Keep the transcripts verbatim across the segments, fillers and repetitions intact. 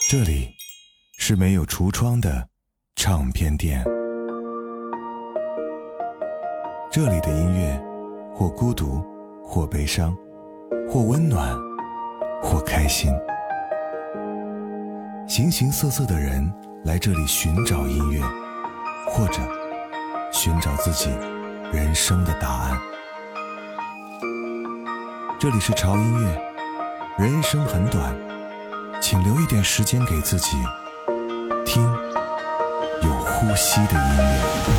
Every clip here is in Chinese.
这里是没有橱窗的唱片店，这里的音乐或孤独，或悲伤，或温暖，或开心。形形色色的人来这里寻找音乐，或者寻找自己人生的答案。这里是潮音乐，人生很短，请留一点时间给自己，听有呼吸的音乐。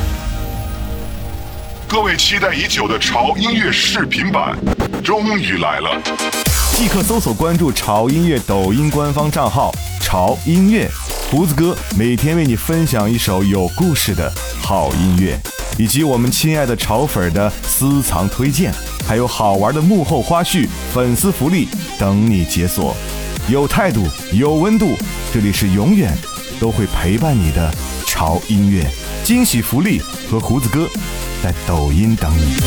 各位期待已久的潮音乐视频版终于来了， 即刻搜索关注潮音乐抖音官方账号潮音乐，胡子哥每天为你分享一首有故事的好音乐，以及我们亲爱的潮粉的私藏推荐，还有好玩的幕后花絮、粉丝福利等你解锁。有态度，有温度，这里是永远都会陪伴你的潮音乐，惊喜福利和胡子哥在抖音等你。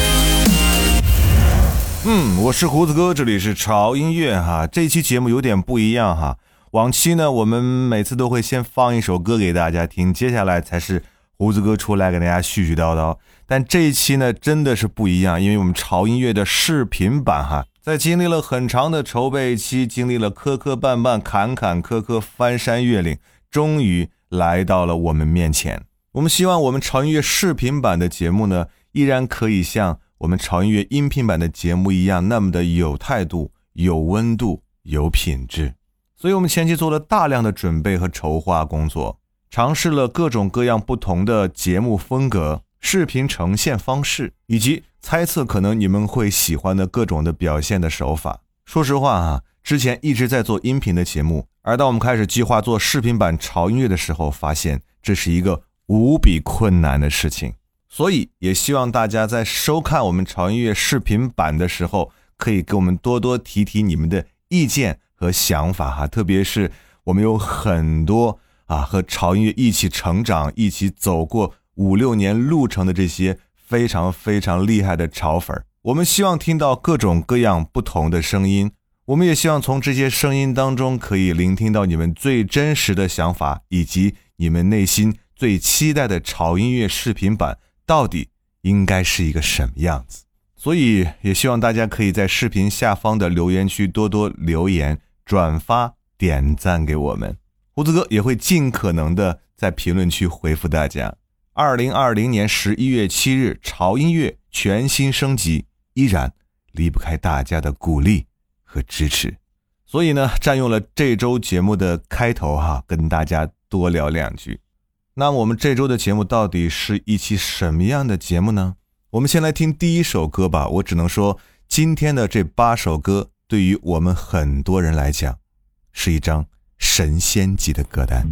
嗯，我是胡子哥，这里是潮音乐哈。这期节目有点不一样哈，往期呢我们每次都会先放一首歌给大家听，接下来才是胡子哥出来给大家絮絮叨叨。但这一期呢真的是不一样，因为我们潮音乐的视频版哈，在经历了很长的筹备期，经历了磕磕绊绊、坎坎坷坷、翻山越岭，终于来到了我们面前。我们希望我们潮音乐视频版的节目呢，依然可以像我们潮音乐音频版的节目一样，那么的有态度、有温度、有品质。所以我们前期做了大量的准备和筹划工作，尝试了各种各样不同的节目风格、视频呈现方式，以及猜测可能你们会喜欢的各种的表现的手法。说实话啊，之前一直在做音频的节目，而当我们开始计划做视频版潮音乐的时候，发现这是一个无比困难的事情。所以也希望大家在收看我们潮音乐视频版的时候，可以给我们多多提提你们的意见和想法哈。特别是我们有很多啊和潮音乐一起成长、一起走过五六年路程的这些非常非常厉害的潮粉，我们希望听到各种各样不同的声音，我们也希望从这些声音当中可以聆听到你们最真实的想法，以及你们内心最期待的潮音乐视频版到底应该是一个什么样子。所以也希望大家可以在视频下方的留言区多多留言、转发、点赞给我们，胡子哥也会尽可能的在评论区回复大家。二零二零年十一月七日，潮音乐全新升级，依然离不开大家的鼓励和支持。所以呢，占用了这周节目的开头哈，跟大家多聊两句。那我们这周的节目到底是一期什么样的节目呢？我们先来听第一首歌吧。我只能说，今天的这八首歌对于我们很多人来讲，是一张神仙级的歌单。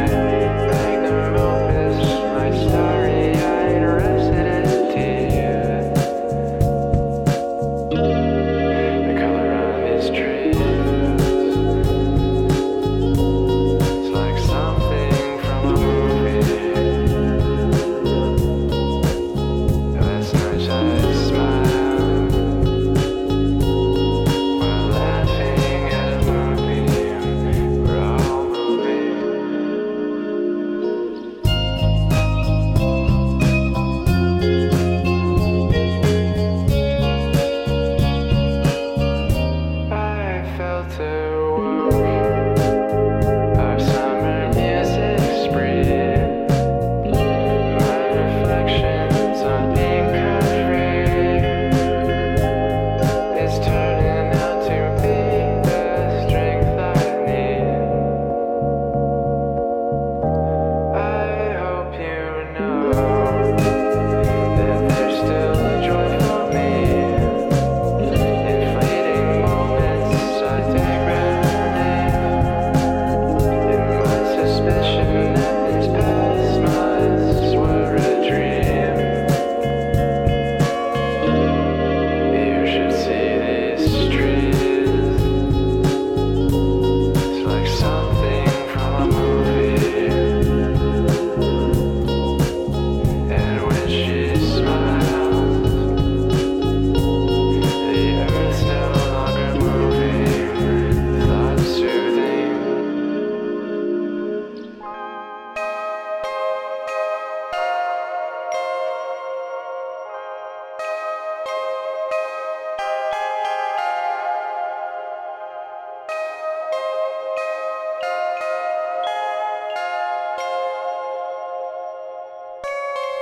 Starry-eyed rusted tears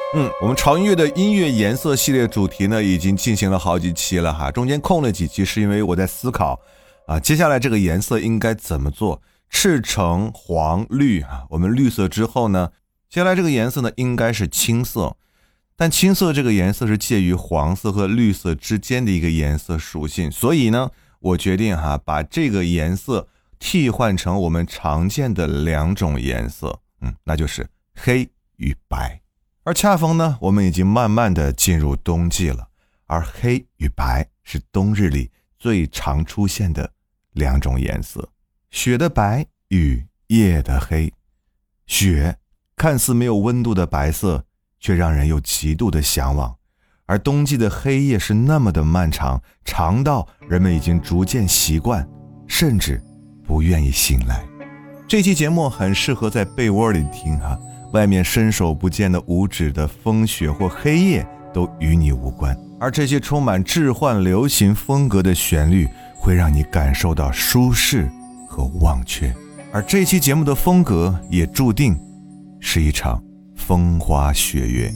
嗯，我们潮音乐的音乐颜色系列主题呢，已经进行了好几期了哈，中间空了几期是因为我在思考啊，接下来这个颜色应该怎么做？赤橙黄绿啊，我们绿色之后呢，接下来这个颜色呢应该是青色，但青色这个颜色是介于黄色和绿色之间的一个颜色属性，所以呢，我决定哈把这个颜色替换成我们常见的两种颜色，嗯，那就是黑与白。而恰逢呢，我们已经慢慢的进入冬季了，而黑与白是冬日里最常出现的两种颜色。雪的白与夜的黑，雪看似没有温度的白色，却让人有极度的向往，而冬季的黑夜是那么的漫长，长到人们已经逐渐习惯，甚至不愿意醒来。这期节目很适合在被窝里听哈，外面伸手不见的五指的风雪或黑夜都与你无关，而这些充满置换流行风格的旋律会让你感受到舒适和忘却，而这期节目的风格也注定是一场风花雪月。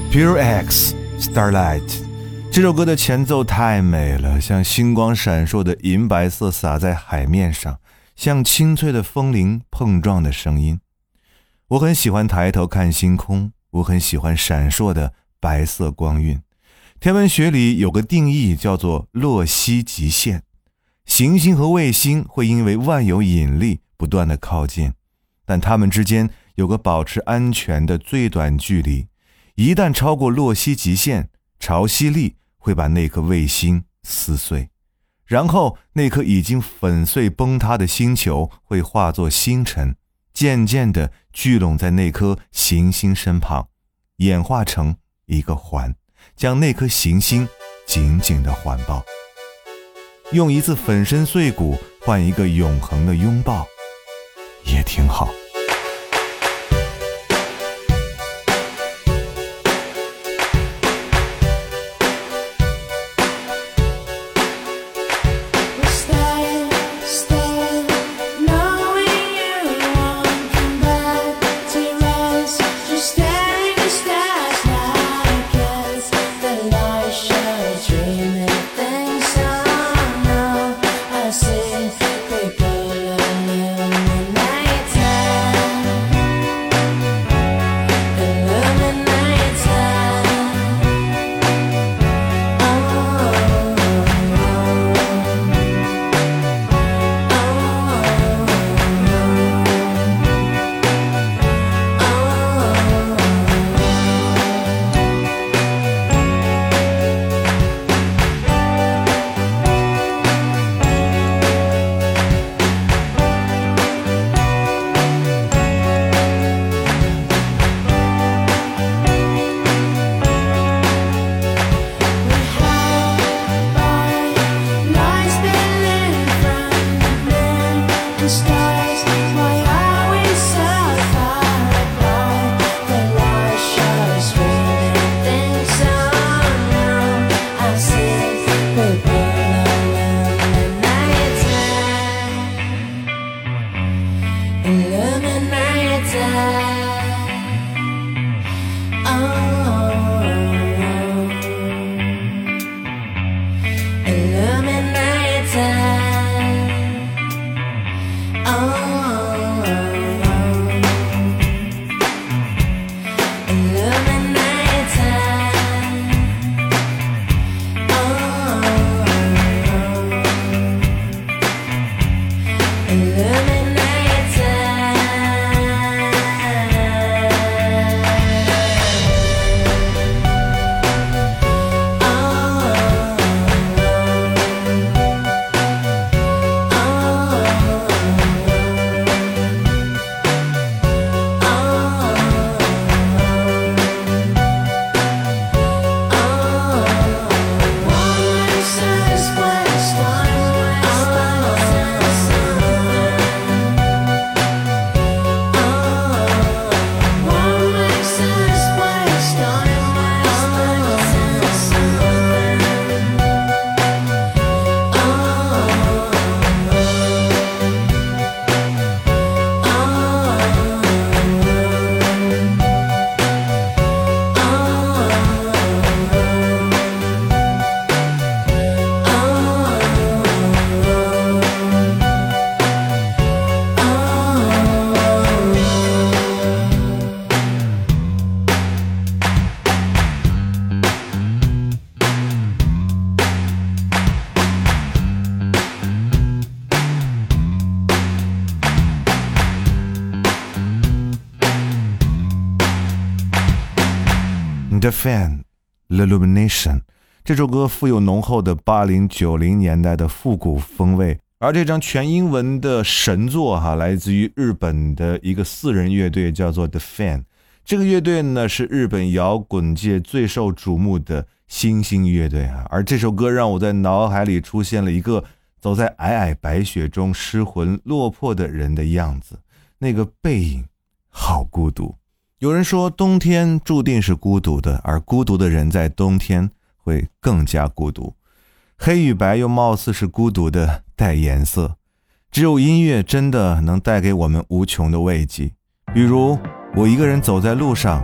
Pure X Starlight， 这首歌的前奏太美了，像星光闪烁的银白色洒在海面上，像清脆的风铃碰撞的声音。我很喜欢抬头看星空，我很喜欢闪烁的白色光晕。天文学里有个定义叫做洛希极限，行星和卫星会因为万有引力不断的靠近，但它们之间有个保持安全的最短距离，一旦超过洛希极限，潮汐力会把那颗卫星撕碎，然后那颗已经粉碎崩塌的星球会化作星辰，渐渐地聚拢在那颗行星身旁，演化成一个环，将那颗行星紧紧地环抱。用一次粉身碎骨换一个永恒的拥抱，也挺好。The Fan Illumination 这首歌富有浓厚的八零九零年代的复古风味，而这张全英文的神作哈，来自于日本的一个四人乐队，叫做 The Fan。 这个乐队呢是日本摇滚界最受瞩目的新兴乐队啊，而这首歌让我在脑海里出现了一个走在皑皑白雪中失魂落魄的人的样子，那个背影好孤独。有人说冬天注定是孤独的，而孤独的人在冬天会更加孤独。黑与白又貌似是孤独的带颜色，只有音乐真的能带给我们无穷的慰藉。比如我一个人走在路上，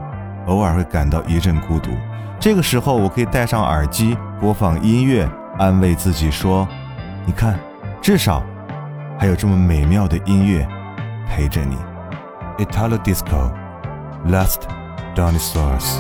偶尔会感到一阵孤独。这个时候我可以戴上耳机播放音乐，安慰自己说，你看，至少还有这么美妙的音乐陪着你。 Italo Disco Last Dinosaurs。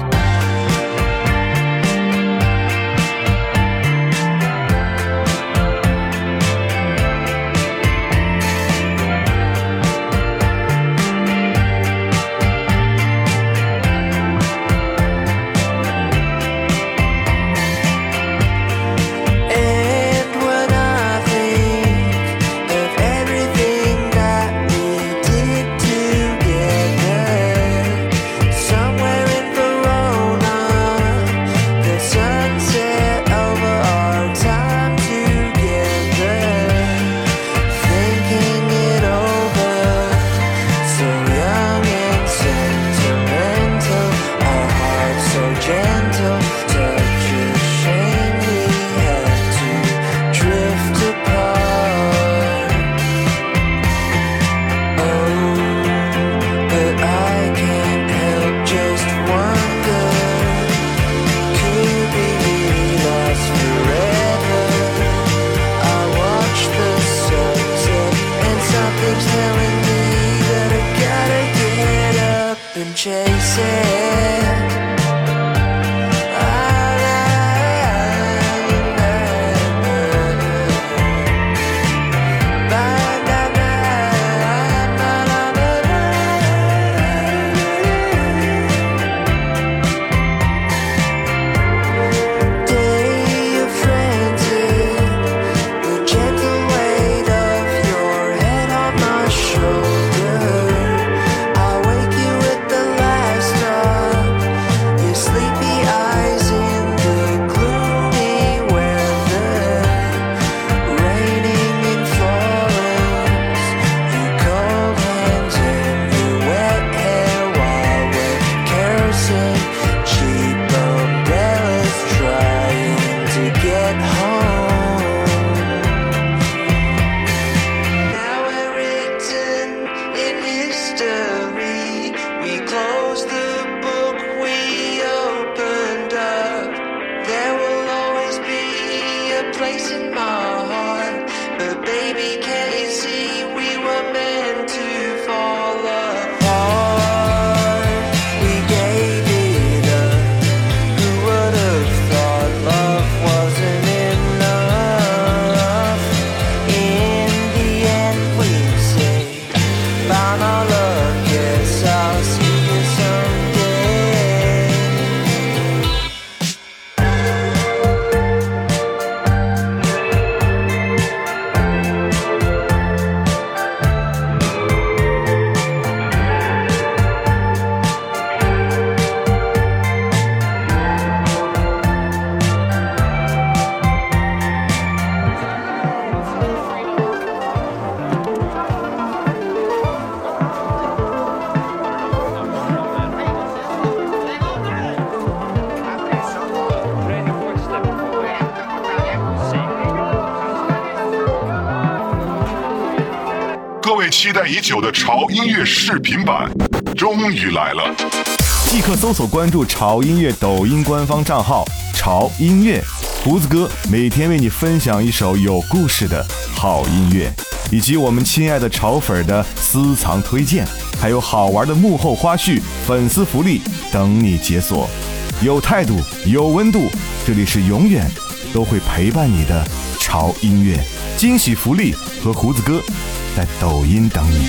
各位期待已久的潮音乐视频版终于来了， 即刻搜索关注潮音乐抖音官方账号潮音乐，胡子哥每天为你分享一首有故事的好音乐，以及我们亲爱的潮粉的私藏推荐，还有好玩的幕后花絮、粉丝福利等你解锁。有态度，有温度，这里是永远都会陪伴你的潮音乐，惊喜福利和胡子哥在抖音等你。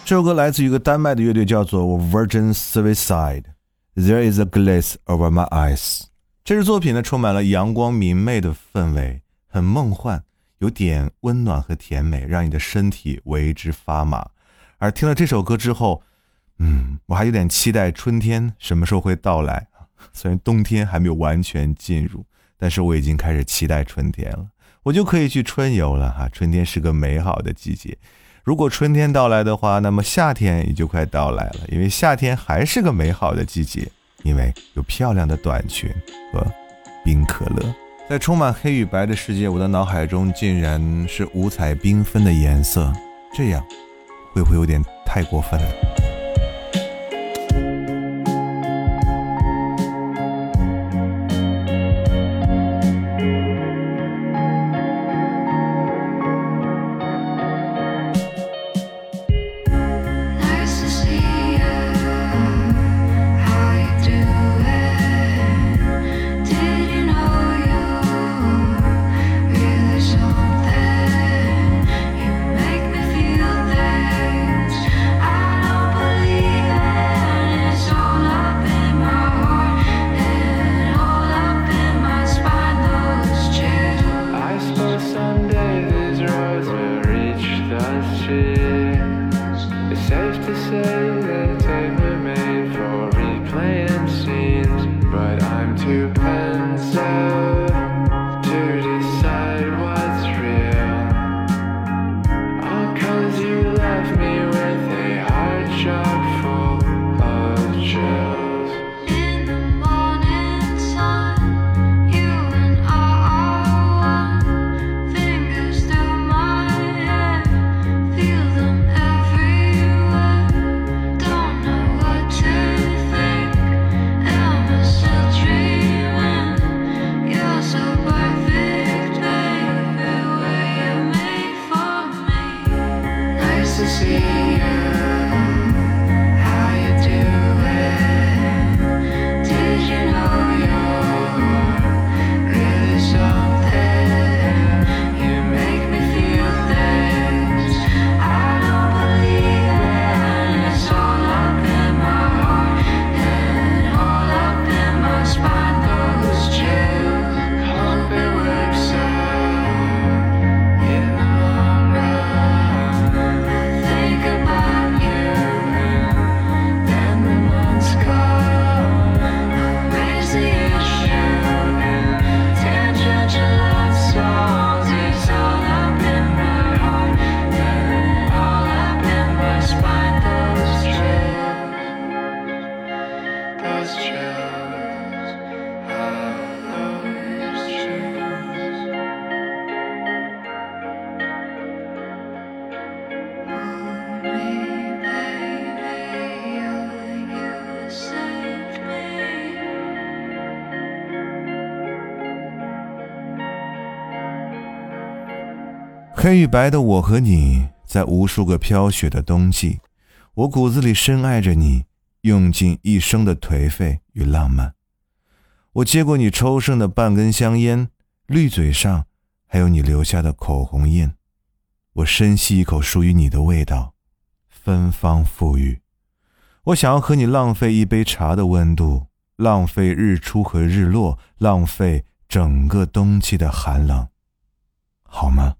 这首歌来自于一个丹麦的乐队，叫做 Virgin Suicide。 There is a glaze over my eyes。 这支作品呢，充满了阳光明媚的氛围，很梦幻，有点温暖和甜美，让你的身体为之发麻。而听了这首歌之后，嗯，我还有点期待春天什么时候会到来。虽然冬天还没有完全进入，但是我已经开始期待春天了，我就可以去春游了哈。春天是个美好的季节，如果春天到来的话，那么夏天也就快到来了，因为夏天还是个美好的季节，因为有漂亮的短裙和冰可乐。在充满黑与白的世界，我的脑海中竟然是五彩缤纷的颜色，这样会不会有点太过分了？黑与白的我和你，在无数个飘雪的冬季，我骨子里深爱着你，用尽一生的颓废与浪漫。我接过你抽剩的半根香烟，绿嘴上还有你留下的口红印。我深吸一口属于你的味道，芬芳馥郁。我想要和你浪费一杯茶的温度，浪费日出和日落，浪费整个冬季的寒冷，好吗？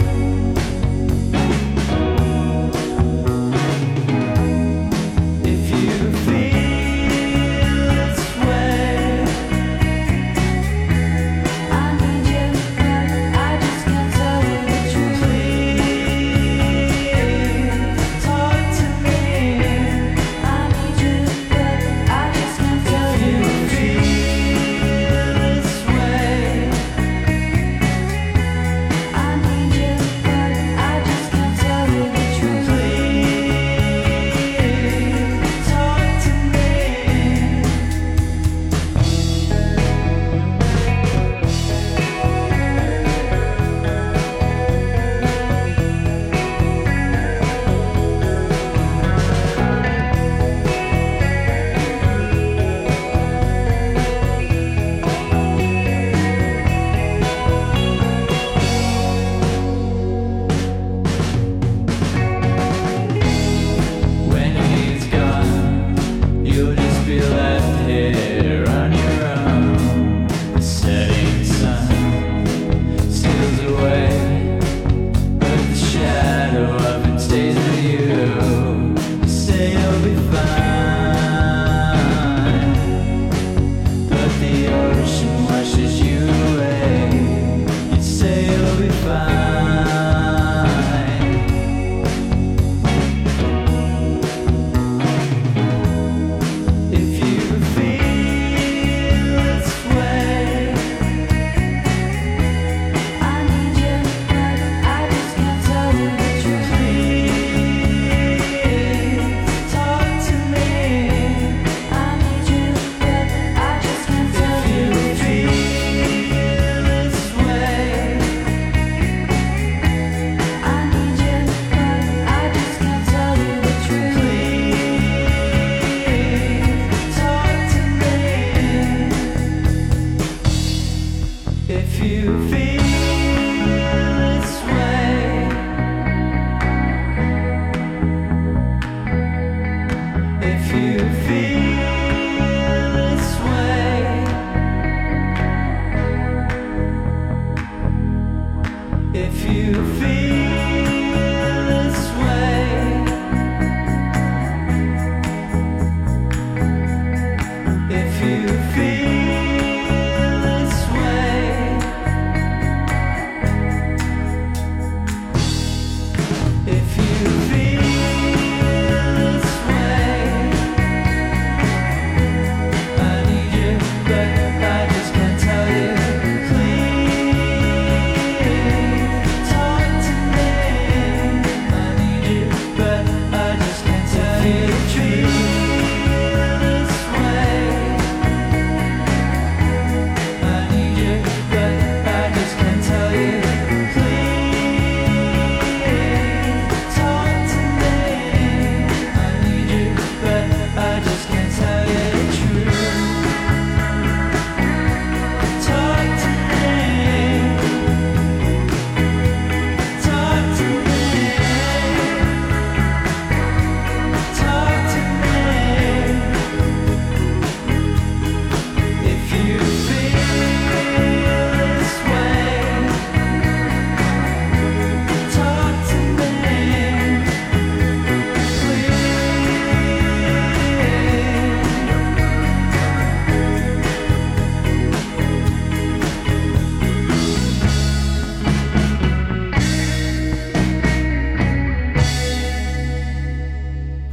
If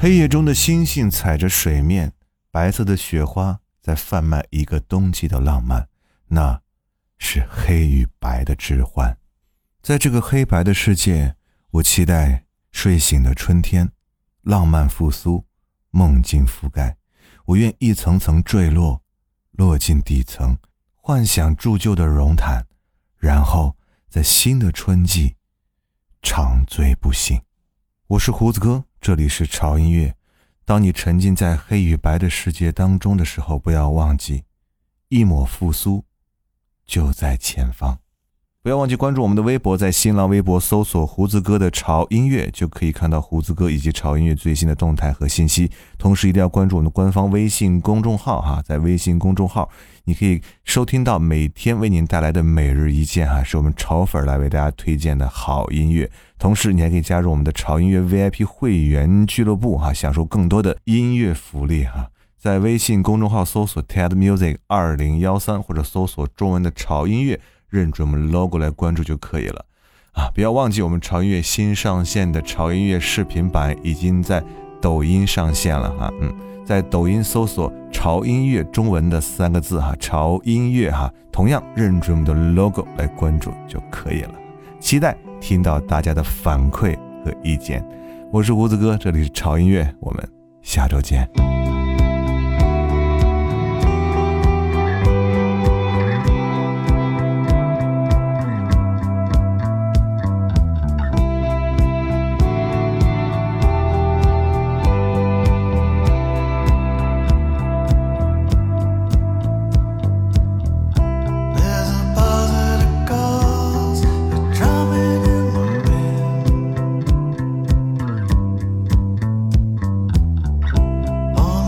黑夜中的星星踩着水面，白色的雪花在贩卖一个冬季的浪漫，那是黑与白的置换。在这个黑白的世界，我期待睡醒的春天，浪漫复苏，梦境覆盖。我愿一层层坠落，落进底层，幻想铸就的绒毯，然后在新的春季长醉不醒。我是胡子哥，这里是潮音乐。当你沉浸在黑与白的世界当中的时候，不要忘记，一抹复苏就在前方。不要忘记关注我们的微博，在新浪微博搜索胡子哥的潮音乐，就可以看到胡子哥以及潮音乐最新的动态和信息。同时一定要关注我们的官方微信公众号哈，在微信公众号你可以收听到每天为您带来的每日一见哈，是我们潮粉来为大家推荐的好音乐。同时你还可以加入我们的潮音乐 V I P 会员俱乐部哈，享受更多的音乐福利哈。在微信公众号搜索 Ted Music 二零一三或者搜索中文的潮音乐，认准我们 logo 来关注就可以了啊！不要忘记我们潮音乐新上线的潮音乐视频版已经在抖音上线了哈，嗯，在抖音搜索潮音乐中文的三个字哈，潮音乐哈，同样认准我们的 logo 来关注就可以了。期待听到大家的反馈和意见。我是胡子哥，这里是潮音乐，我们下周见。 On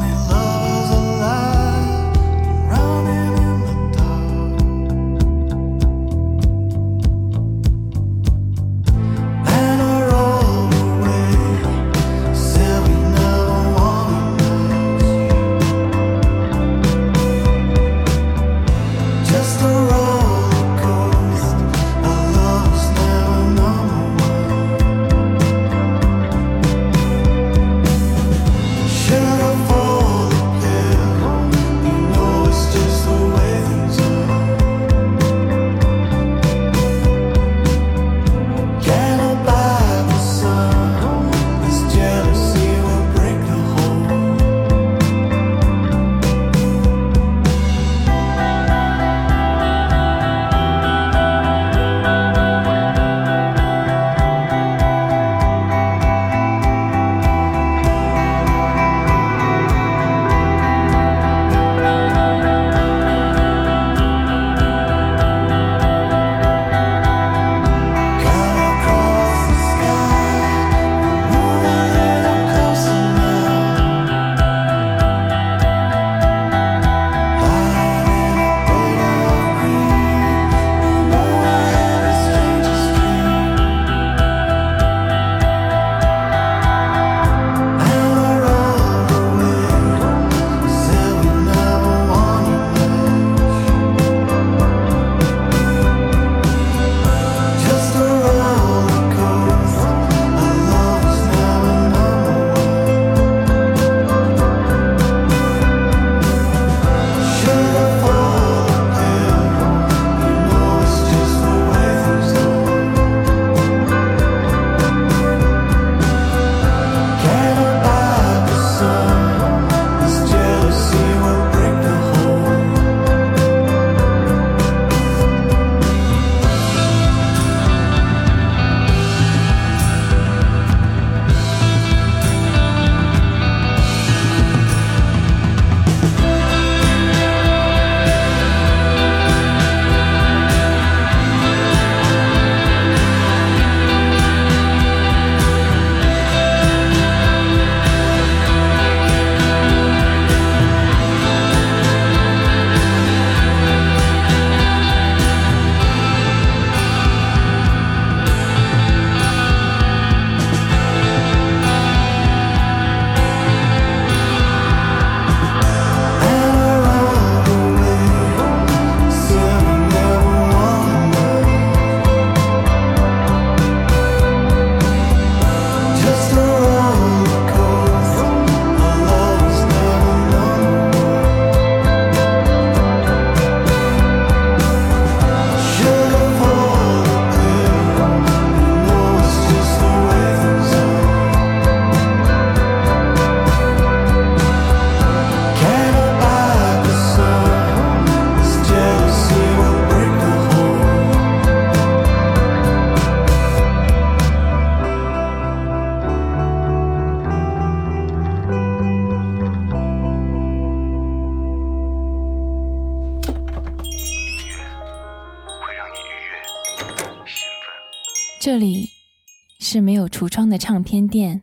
这里是没有橱窗的唱片店，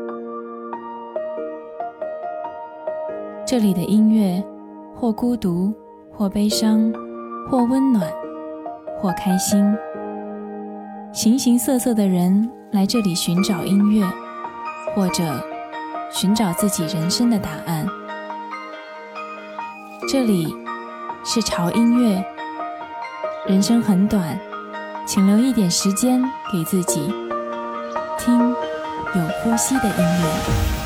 这里的音乐或孤独，或悲伤，或温暖，或开心。形形色色的人来这里寻找音乐，或者寻找自己人生的答案。这里是潮音乐，人生很短，请留一点时间给自己，听有呼吸的音乐。